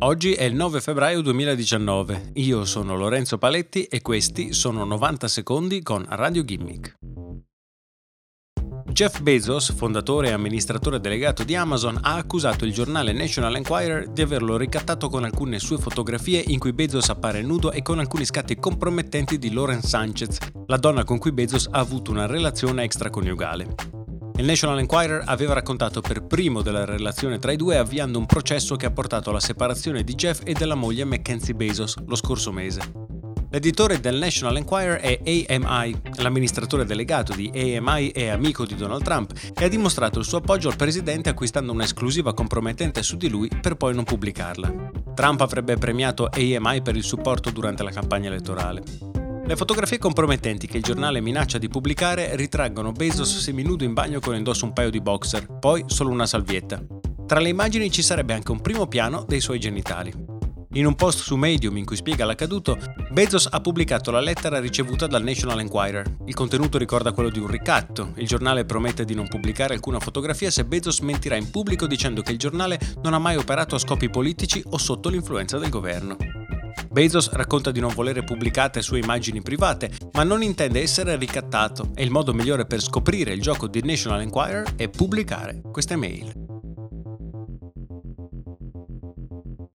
Oggi è il 9 febbraio 2019, io sono Lorenzo Paletti e questi sono 90 secondi con Radio Gimmick. Jeff Bezos, fondatore e amministratore delegato di Amazon, ha accusato il giornale National Enquirer di averlo ricattato con alcune sue fotografie in cui Bezos appare nudo e con alcuni scatti compromettenti di Lauren Sanchez, la donna con cui Bezos ha avuto una relazione extraconiugale. Il National Enquirer aveva raccontato per primo della relazione tra i due avviando un processo che ha portato alla separazione di Jeff e della moglie Mackenzie Bezos lo scorso mese. L'editore del National Enquirer è AMI, l'amministratore delegato di AMI è amico di Donald Trump e ha dimostrato il suo appoggio al presidente acquistando un'esclusiva compromettente su di lui per poi non pubblicarla. Trump avrebbe premiato AMI per il supporto durante la campagna elettorale. Le fotografie compromettenti che il giornale minaccia di pubblicare ritraggono Bezos seminudo in bagno con indosso un paio di boxer, poi solo una salvietta. Tra le immagini ci sarebbe anche un primo piano dei suoi genitali. In un post su Medium in cui spiega l'accaduto, Bezos ha pubblicato la lettera ricevuta dal National Enquirer. Il contenuto ricorda quello di un ricatto. Il giornale promette di non pubblicare alcuna fotografia se Bezos mentirà in pubblico dicendo che il giornale non ha mai operato a scopi politici o sotto l'influenza del governo. Bezos racconta di non volere pubblicate sue immagini private, ma non intende essere ricattato e il modo migliore per scoprire il gioco di National Enquirer è pubblicare queste mail.